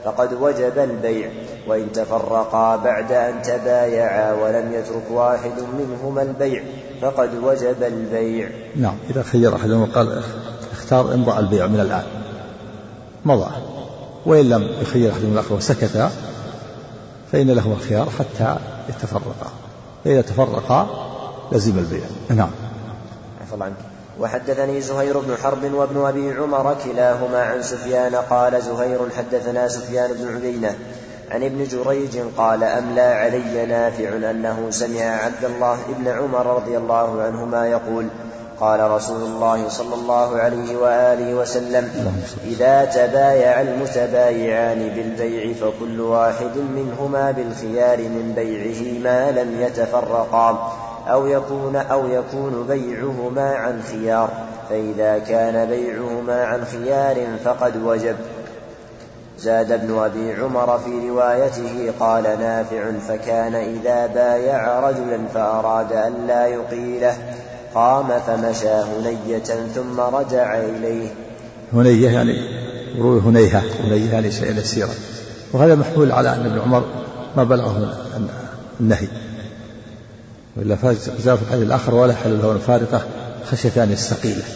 فقد وجب البيع، وإن تفرقا بعد أن تبايعا ولم يترك واحد منهما البيع فقد وجب البيع. نعم. إذا خير أحدهم وقال اختار امضى البيع من الآن مضى، وإن لم يخير أحدهم الآخر وسكت فإن له الخيار حتى يتفرقا، فإذا تفرقا لزم البيع. نعم. عفوا عنك. وحدثني زهير بن حرب وابن أبي عمر كلاهما عن سفيان قال زهير حدثنا سفيان بن عيينة عن ابن جريج قال أملى علي نافع أنه سمع عبد الله بن عمر رضي الله عنهما يقول قال رسول الله صلى الله عليه وآله وسلم إذا تبايع المتبايعان بالبيع فكل واحد منهما بالخيار من بيعه ما لم يتفرقا أو يكون, أو يكون بيعهما عن خيار، فإذا كان بيعهما عن خيار فقد وجب. زاد ابن أبي عمر في روايته قال نافع فكان إذا بايع رجلا فأراد أن لا يقيله قام فمشى هنية ثم رجع إليه. هنية يعني روي هنيهة، هنية يعني شيء يسيرا، وهذا محمول على أن ابن عمر ما بلغه النهي، وإلا فجاء في الحديث الآخر ولا حل له الفارقة خشية أن يستقيله،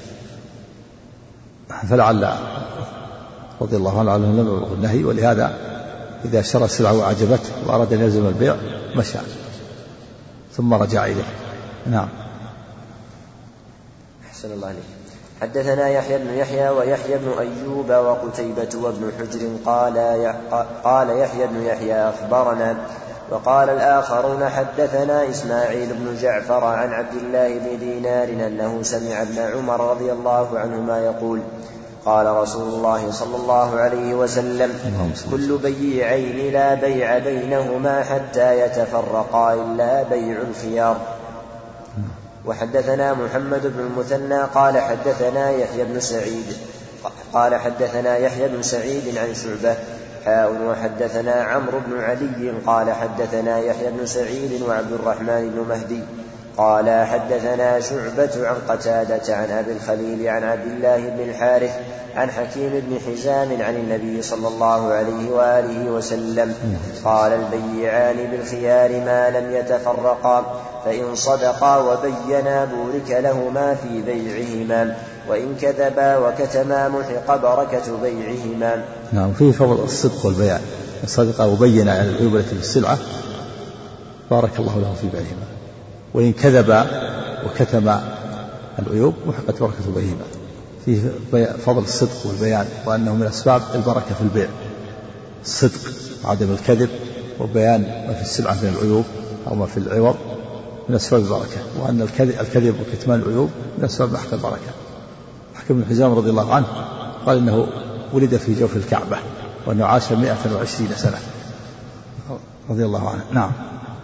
فلعل رضي الله عنه لم يبلغ النهي، ولهذا إذا شرى السلعة وأعجبته وأراد أن يلزم البيع مشى ثم رجع إليه. نعم. أحسن الله عليك. حدثنا يحيى بن يحيى ويحيى بن أيوب وقتيبة وابن حجر قال قال يحيى بن يحيى أخبرنا، وقال الآخرون حدثنا إسماعيل بن جعفر عن عبد الله بن دينار أنه سمع ابن عمر رضي الله عنهما يقول قال رسول الله صلى الله عليه وسلم كل بيعين لا بيع بينهما حتى يتفرقا إلا بيع الخيار. وحدثنا محمد بن المثنى قال حدثنا يحيى بن سعيد قال حدثنا يحيى بن سعيد عن شعبة حاء وحدثنا عمرو بن علي قال حدثنا يحيى بن سعيد وعبد الرحمن بن مهدي قال حدثنا شعبة عن قتادة عن أبي الخليل عن عبد الله بن الحارث عن حكيم بن حزام عن النبي صلى الله عليه وآله وسلم قال البيعان بالخيار ما لم يتفرقا فإن صدقا وبينا بورك لهما في بيعهما وإن كذبا وكتما محق بركة بيعهما. نعم. فيه فضل الصدق والبيان، الصدقة وبينا يعني العيوب التي في السلعة بارك الله له في بيعهما، وإن كذبا وكتما العيوب محقت بركة بيعهما. فيه فضل الصدق والبيان، وأنه من أسباب البركة في البيع، الصدق عدم الكذب وبيان ما في السلعة من العيوب أو ما في العوض من أسباب البركة، وأن الكذب وكتمان العيوب من أسباب محق البركة. حكيم بن حزام رضي الله عنه قال إنه ولد في جوف الكعبة وأنه عاش مئة وعشرين سنة رضي الله عنه. نعم.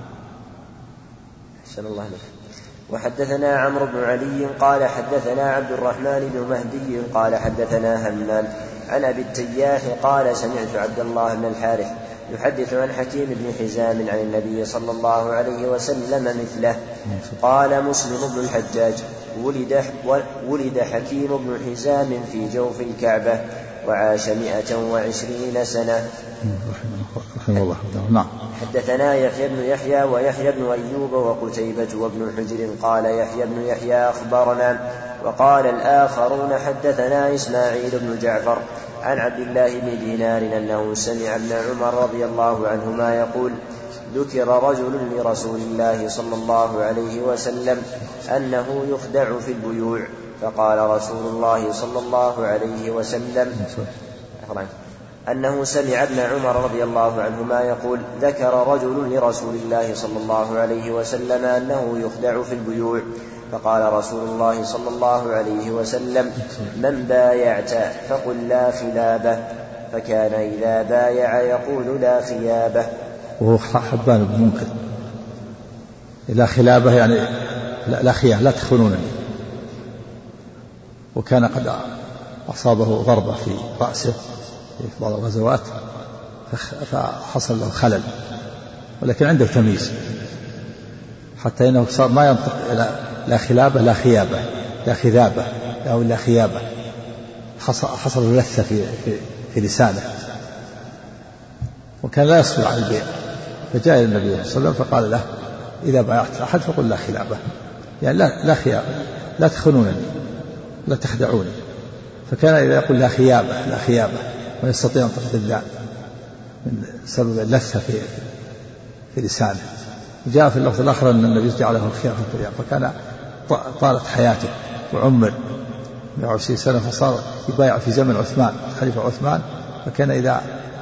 أحسن الله عليك. وحدثنا عمرو بن علي قال حدثنا عبد الرحمن بن مهدي قال حدثنا همام عن أبي التياح قال سمعت عبد الله بن الحارث يحدث عن حكيم بن حزام عن النبي صلى الله عليه وسلم مثله. قال مسلم بن الحجاج ولد, ولد حكيم بن حزام في جوف الكعبة وعاش مئة وعشرين سنة. رحمه الله. نعم. حدثنا يحيى بن يحيى ويحيى بن أيوب وقتيبة وابن حجر قال يحيى بن يحيى أخبرنا، وقال الآخرون حدثنا إسماعيل بن جعفر عن عبد الله بن دينار أنه سمع ابن عمر رضي الله عنهما يقول ذكر رجل لرسول الله صلى الله عليه وسلم أنه يخدع في البيوع، فقال رسول الله صلى الله عليه وسلم أنه سمع ابن عمر رضي الله عنهما يقول ذكر رجل لرسول الله صلى الله عليه وسلم أنه يخدع في البيوع، فقال رسول الله صلى الله عليه وسلم من بايعت فقل لا خلابه، فكان إذا بايع يقول لا خيابه. وهو حبان بن منكر. لا خلابه يعني لا, لا خيابه لا تخونونني. وكان قد أصابه ضربة في رأسه في بعض الغزوات فحصل له خلل، ولكن عنده تمييز حتى إنه صار ما ينطق إلى لا خلابة لا خيابة لا خذابة أو لا خيابة، حصل له لثة في, في, في لسانه وكان لا يصبر على البيع، فجاء النبي صلى الله عليه وسلم فقال له إذا بايعت أحد فقل لا خلابة، يعني لا لا خيابة، لا تخونونني لا تخدعوني. فكان إذا يقول لا خيابة لا خيابة ما يستطيع أن تفضل الذات من سبب اللثة في في لسانه. جاء في اللفظ الآخر أن النبي جعله الخيار في الدنيا، فكان طالت حياته وعمر مئة وعشرين سنة، فصار يبايع في زمن عثمان خليفة عثمان. فكان إذا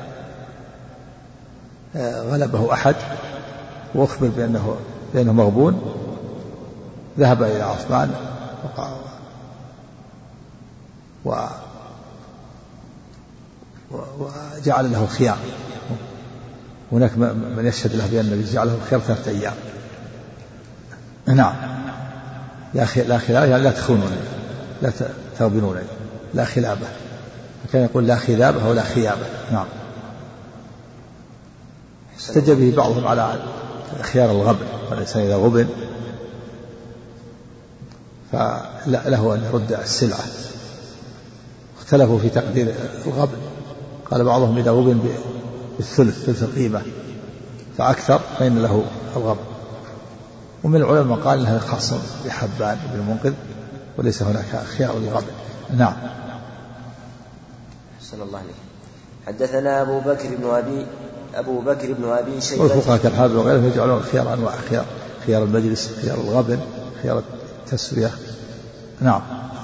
غلبه أحد وأخبر بأنه بأنه مغبون ذهب إلى عثمان و وجعل له الخيار. هناك من يشهد له بأن النبي جعله الخيار ثلاثة أيام. نعم لا خلابة يعني لا تخونوني لا تغبنوني لا خلابة، فكان يقول لا خلابة ولا خيابة. نعم. احتج به بعضهم على خيار الغبن، والإنسان إذا غبن فله أن يرد السلعة. اختلفوا في تقدير الغبن، قال بعضهم إذا غبن بالثلث ثلث القيمة فأكثر فإن له الغبن. ومن العلماء قال إنها خاص بحبان بن المنقذ وليس هناك خيار للغبن. نعم. صلى الله عليه. حدثنا أبو بكر بن أبي أبو بكر بن أبي شيبة. والفقهاء كالحافظ وغيره يجعلون الخيار أنواع، خيار خيار المجلس، خيار الغبن، خيار التسوية. نعم.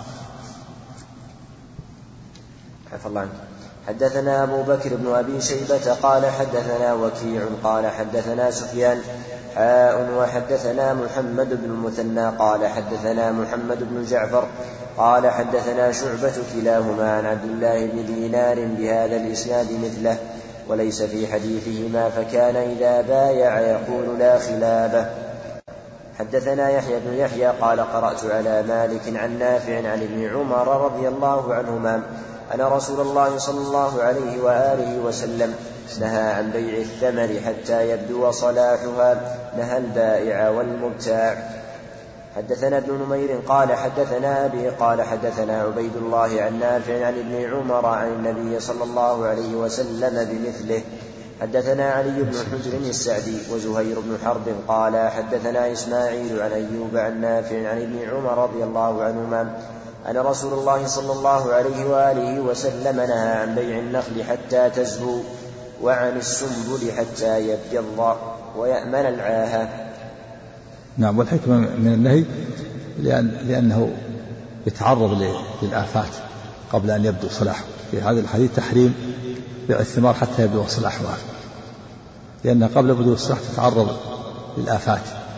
عفى الله عنه. حدثنا أبو بكر بن أبي شيبة قال حدثنا وكيع قال حدثنا سفيان حاء وحدثنا محمد بن المثنى قال حدثنا محمد بن جعفر قال حدثنا شعبة كلاهما عن عبد الله بن دينار بهذا الإسناد مثله وليس في حديثهما، فكان إذا بايع يقول لا خلابة. حدثنا يحيى بن يحيى قال قرأت على مالك عن نافع عن ابن عمر رضي الله عنهما أن رسول الله صلى الله عليه وآله وسلم نهى عن بيع الثمر حتى يبدو صلاحها، نهى البائع والمبتاع. حدثنا ابن نمير قال حدثنا أبي قال حدثنا عبيد الله عن نافع عن ابن عمر عن النبي صلى الله عليه وسلم بمثله. حدثنا علي بن حجر السعدي وزهير بن حرب قال حدثنا إسماعيل عن أيوب عن نافع عن ابن عمر رضي الله عنهما أن رسول الله صلى الله عليه وآله وسلم نهى عن بيع النخل حتى تزهو وعن السنبل حتى يبيض ويأمن العاهة. نعم. والحكمة من النهي لأن لأنه يتعرض للآفات قبل أن يبدو صلاحه. في هذا الحديث تحريم بيع الثمار حتى يبدو صلاحها، لأنها قبل بدو الصلاح تتعرض للآفات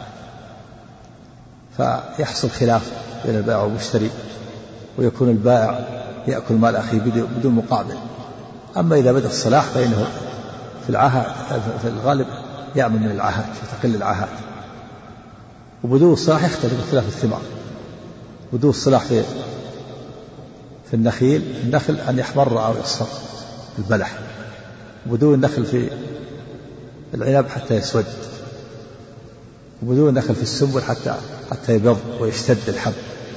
فيحصل خلاف بين البائع والمشتري، ويكون البائع يأكل مال أخيه بدون مقابل. أما إذا بدأ الصلاح فإنه في العاهات في الغالب يأمن من العاهات وتقل العاهات. وبدو الصلاح يختلف اختلاف الثمار. بدو الصلاح في في النخيل النخل أن يحمر أو يصفر البلح، وبدو النخل في العنب حتى يسود، وبدو النخل في السنبل حتى حتى يبيض ويشتد الحب.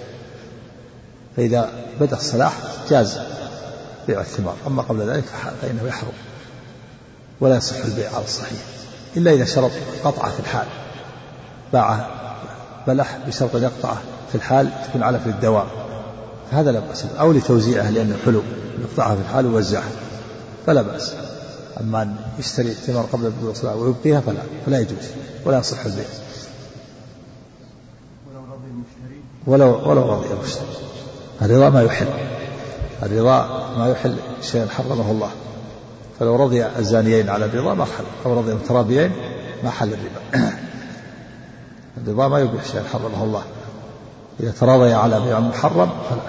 فإذا بدأ الصلاح جاز بيع الثمار، أما قبل ذلك فإنه يحرم ولا يصح البيع على الصحيح إلا إذا شرط قطعة في الحال، باع بلح بشرط أن يقطعه في الحال تكون علف للدوام فهذا لا بأس، أو لتوزيعه لأنه حلو يقطعها في الحال ويوزعها فلا بأس. أما أن يشتري الثمار قبل بدء الصلاة ويبقيها فلا فلا يجوز ولا يصح البيع ولو ولو رضي المشتري. الرضا ما يحل الرضا ما يحل شيئا حرمه الله، فلو رضي الزانيين على الرضا ما حل، أو رضي المترابيين ما حل الربا. الرضا ما يبيح شيئا حرمه الله. إذا تراضي على بيع محرم فلا،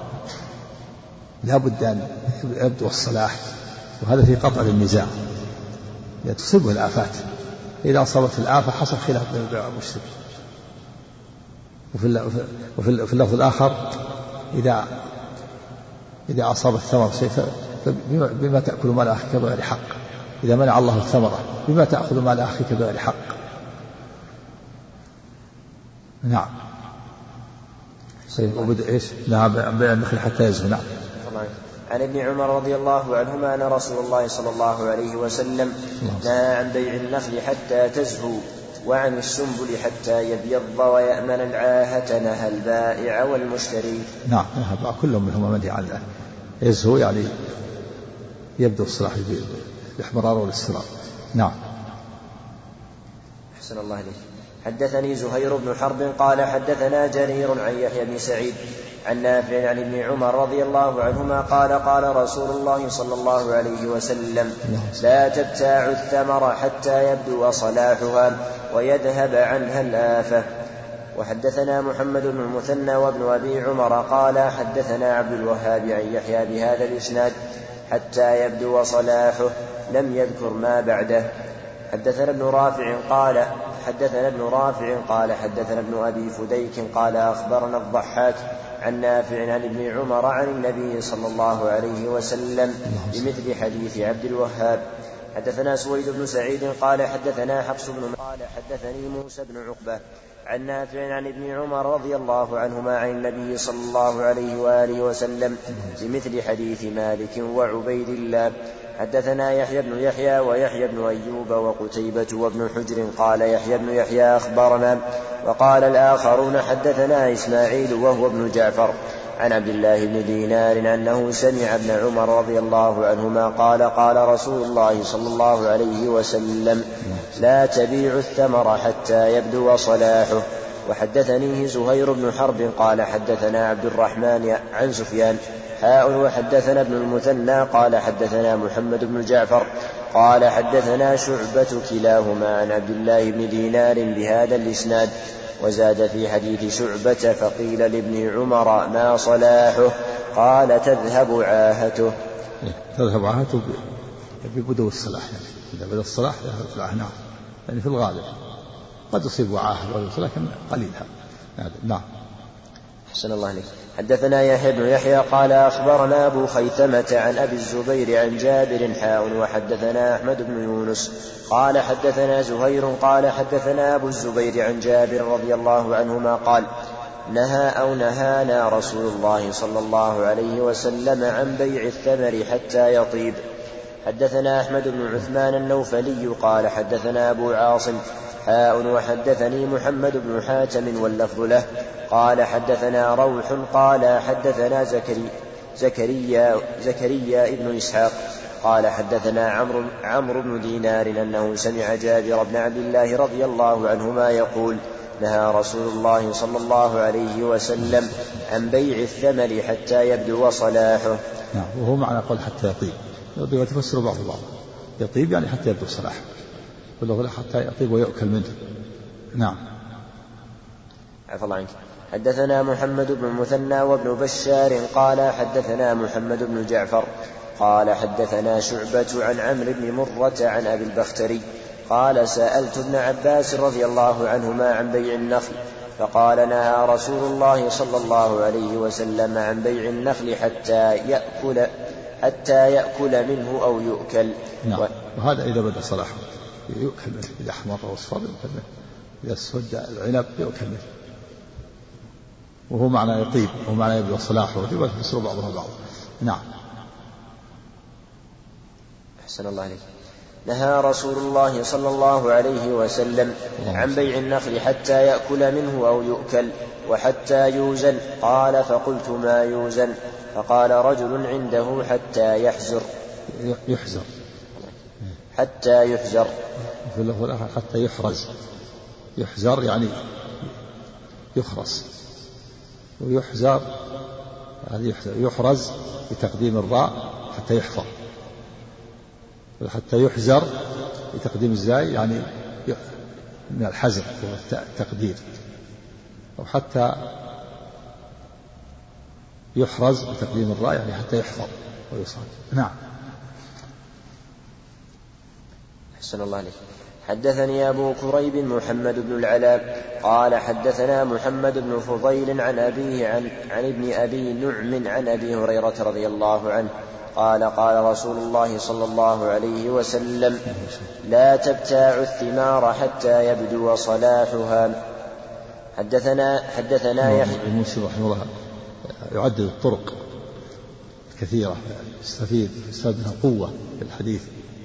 لا بد أن يبدو الصلاح، وهذا في قطع النزاع تصيبه الآفات. إذا أصابت الآفة حصل خلاف بين البائع والمشتري. وفي وفي اللفظ الآخر إذا إذا أصاب الثمر شيء بما تأكل مال أخيك بغير حق، إذا منع الله الثمرة بما تأخذ مال أخيك بغير حق. نعم. وبدأ إيش؟ نعم بيع النخل حتى يزهو. نعم. عن ابن عمر رضي الله عنهما أن رسول الله صلى الله عليه وسلم نهى عن بيع النخل حتى تزهو وعن السنبل حتى يبيض ويأمن العاهة نهى البائع والمشتري. نعم نهى كلهم منهما منهي عن يزهو يعني يبدو الصلاح بالاحمرار والاصفرار. نعم. أحسن الله إليك. حدثني زهير بن حرب قال حدثنا جرير عن يحيى بن سعيد عن نافع عن ابن عمر رضي الله عنهما قال قال رسول الله صلى الله عليه وسلم لا تبتاع الثمر حتى يبدو صلاحها ويذهب عنها الآفة. وحدثنا محمد بن المثنى وابن أبي عمر قال حدثنا عبد الوهاب عن يحيى بهذا الإسناد حتى يبدو صلاحه لم يذكر ما بعده. حدثنا ابن رافع قال حدثنا ابن رافع قال حدثنا ابن أبي فديك قال أخبرنا الضحاك عن نافع عن ابن عمر عن النبي صلى الله عليه وسلم بمثل حديث عبد الوهاب. حدثنا سويد بن سعيد قال حدثنا حفص بن قال حدثني موسى بن عقبة عن نافع عن ابن عمر رضي الله عنهما عن النبي صلى الله عليه وآله وسلم بمثل حديث مالك وعبيد الله. حدثنا يحيى بن يحيى ويحيى بن أيوب وقتيبة وابن حجر قال يحيى بن يحيى أخبرنا وقال الآخرون حدثنا إسماعيل وهو ابن جعفر عن عبد الله بن دينار أنه سمع ابن عمر رضي الله عنهما قال قال رسول الله صلى الله عليه وسلم لا تبيع الثمر حتى يبدو صلاحه. وحدثنيه زهير بن حرب قال حدثنا عبد الرحمن عن سفيان حاء وحدثنا ابن المثنى قال حدثنا محمد بن جعفر قال حدثنا شعبة كلاهما عن عبد الله بن دينار بهذا الإسناد. وزاد في حديث شعبة فقيل لابن عمر ما صلاحه قال تذهب عاهته. تذهب عاهته ببدو الصلاح يعني إذا بدأ الصلاح يذهب العاهة يعني في الغالب قد يصيب عاهة لكن قليلها. نعم. أحسن الله عليك. حدثنا يحيى بن يحيى قال أخبرنا أبو خيثمة عن أبي الزبير عن جابر حاء وحدثنا أحمد بن يونس قال حدثنا زهير قال حدثنا أبو الزبير عن جابر رضي الله عنهما قال نهى أو نهانا رسول الله صلى الله عليه وسلم عن بيع الثمر حتى يطيب. حدثنا أحمد بن عثمان النوفلي قال حدثنا أبو عاصم حاء وحدثني محمد بن حاتم واللفظ له قال حدثنا روح قال حدثنا زكريا زكريا زكريا ابن إسحاق قال حدثنا عمرو عمرو بن دينار أنه سمع جابر بن عبد الله رضي الله عنهما يقول نهى رسول الله صلى الله عليه وسلم عن بيع الثمر حتى يبدو صلاحه. نعم. وهو معنى قول حتى يطيب يطيب وتفسر بعض بعض يطيب يعني حتى يبدو صلاحه والله حتى يطيب ويؤكل منه. نعم. عفى الله عنك. حدثنا محمد بن المثنى وابن بشار قال حدثنا محمد بن جعفر قال حدثنا شعبة عن عمرو بن مرة عن أبي البختري قال سألت ابن عباس رضي الله عنهما عن بيع النخل فقال نهى رسول الله صلى الله عليه وسلم عن بيع النخل حتى يأكل حتى يأكل منه أو يؤكل. نعم. وهذا إذا بدأ صلاحه يؤكل منه إذا أحمر واصفر يؤكل منه إذا اسود العنب يؤكل منه وهو معنى يطيب وهو معنى يبدو صلاحه ويفسر بعضها بعض. نعم. أحسن الله عليك. نهى رسول الله صلى الله عليه وسلم عن بيع النخل حتى يأكل منه أو يؤكل وحتى يوزن قال فقلت ما يوزن فقال رجل عنده حتى يحزر يحزر حتى يحزر في اللفظ الآخر حتى يحرز يحزر يعني يخرس ويحزر يعني يحرز بتقديم الراء حتى يحفظ حتى يحزر بتقديم الزاي يعني من الحزر والتقدير أو حتى يحرز بتقديم الراء يعني حتى يحفظ ويصاد. نعم. أحسن الله عليك. حدثني أبو كريب محمد بن العلاء قال حدثنا محمد بن فضيل عن أبيه عن, عن ابن أبي نعم عن أبي هريرة رضي الله عنه قال قال رسول الله صلى الله عليه وسلم لا تبتاع الثمار حتى يبدو صلاحها. حدثنا حدثنا يحيى الموسى رحمه الله يعدد الطرق كثيرة يستفيد يستفيد منها قوة في الحديث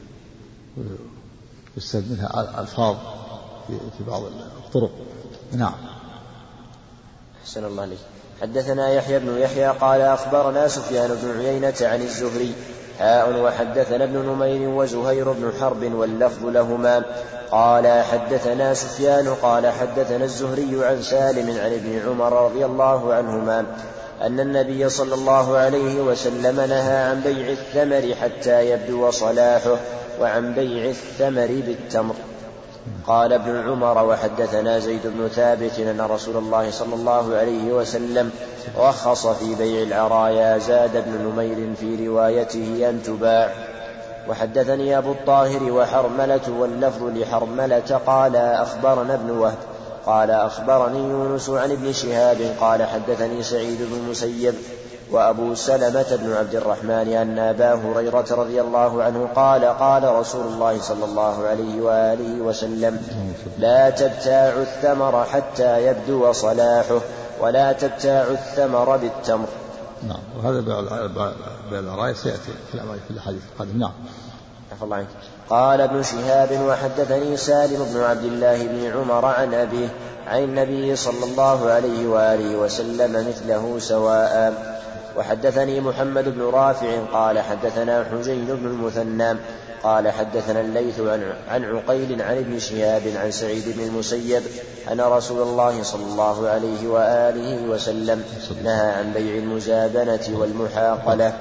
ويستفيد منها ألفاظ في بعض الطرق. نعم. أحسن الله عليك. حدثنا يحيى بن يحيى قال أخبرنا سفيان بن عيينة عن الزهري حاء وحدثنا ابن نمير وزهير بن حرب واللفظ لهما قال حدثنا سفيان قال حدثنا الزهري عن سالم عن ابن عمر رضي الله عنهما أن النبي صلى الله عليه وسلم نهى عن بيع الثمر حتى يبدو صلاحه وعن بيع الثمر بالتمر. قال ابن عمر وحدثنا زيد بن ثابت أن رسول الله صلى الله عليه وسلم رخص في بيع العرايا زاد ابن نمير في روايته أن تباع. وحدثني أبو الطاهر وحرملة واللفظ لحرملة قال أخبرنا ابن وهب قال أخبرني يونس عن ابن شهاب قال حدثني سعيد بن المسيب وأبو سلمة بن عبد الرحمن أن أبا هريرة رضي الله عنه قال قال رسول الله صلى الله عليه وآله وسلم لا تبتاع الثمر حتى يبدو صلاحه ولا تبتاع الثمر بالتمر. نعم. وهذا بيع العرايا سيأتي في الحديث القادم. نعم. قال ابن شهاب وحدثني سالم بن عبد الله بن عمر عن أبيه عن النبي صلى الله عليه وآله وسلم مثله سواء. وحدثني محمد بن رافع قال حدثنا حجين بن المثنى قال حدثنا الليث عن عقيل عن ابن شهاب عن سعيد بن المسيب أن رسول الله صلى الله عليه وآله وسلم نهى عن بيع المزابنة والمحاقلة.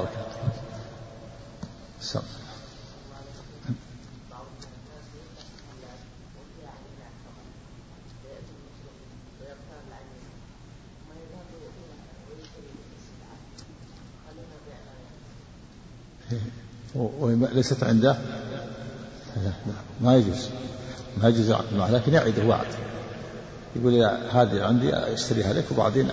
وليست عنده ما يجوز ما يجوز يعقد معه، لكن يعده وعد يقول يا هذه عندي اشتريها لك وبعدين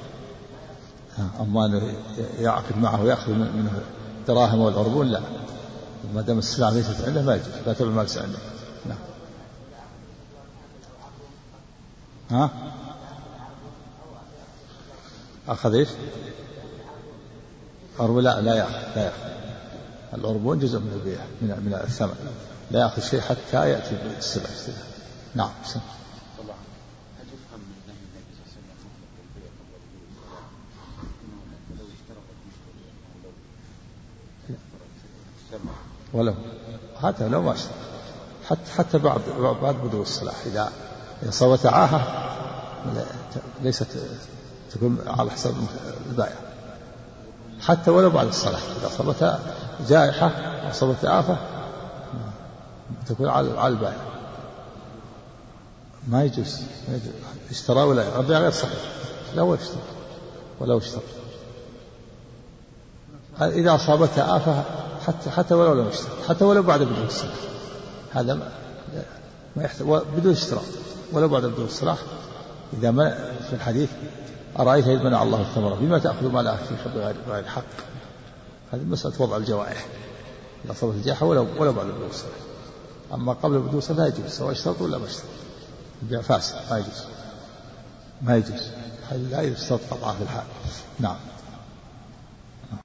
أما أنه يعقد معه ويأخذ منه دراهم والعربون لا، ما دام السلعة ليست عنده ما يجوز، لا تبع ما ليس عنده. نعم. ها أخذ إيش؟ عربون لا لا يأخذ لا يأخذ العربون جزء من البيع من من الثمن، لا يأخذ شيء حتى يأتي بالسلع. نعم. ولو هذا لو ما اشترى حتى حتى بعد بعد بدو الصلاح إذا صوت عاهة ليست تكون على حساب البائع، حتى ولو بعد الصلاة إذا صبت جائحة أو صبت آفة تكون على البائع. ما يجوز اشترى ولا البيع غير صحيح لو اشترى ولو اشترى إذا أصابت آفة حتى حتى ولو لم يشترى حتى ولو بعد بدون الصلاة، هذا ما ما يحتاج بدون اشتراء ولو بعد بدون الصلاة. إذا ما في الحديث أرأيت إذ منع الله الثمرة بما تأخذ ما لا في غير الحق، هذه مسألة وضع الجوائح إذا صابت الجائحة ولو ولو بعد بدون الصلاة. أما قبل بدون الصلاة لا يجوز سواء اشترط ولا ما اشترط، البيع فاسد ما يجوز ما يجوز هذا لا يشترط قطعا في الحال. نعم.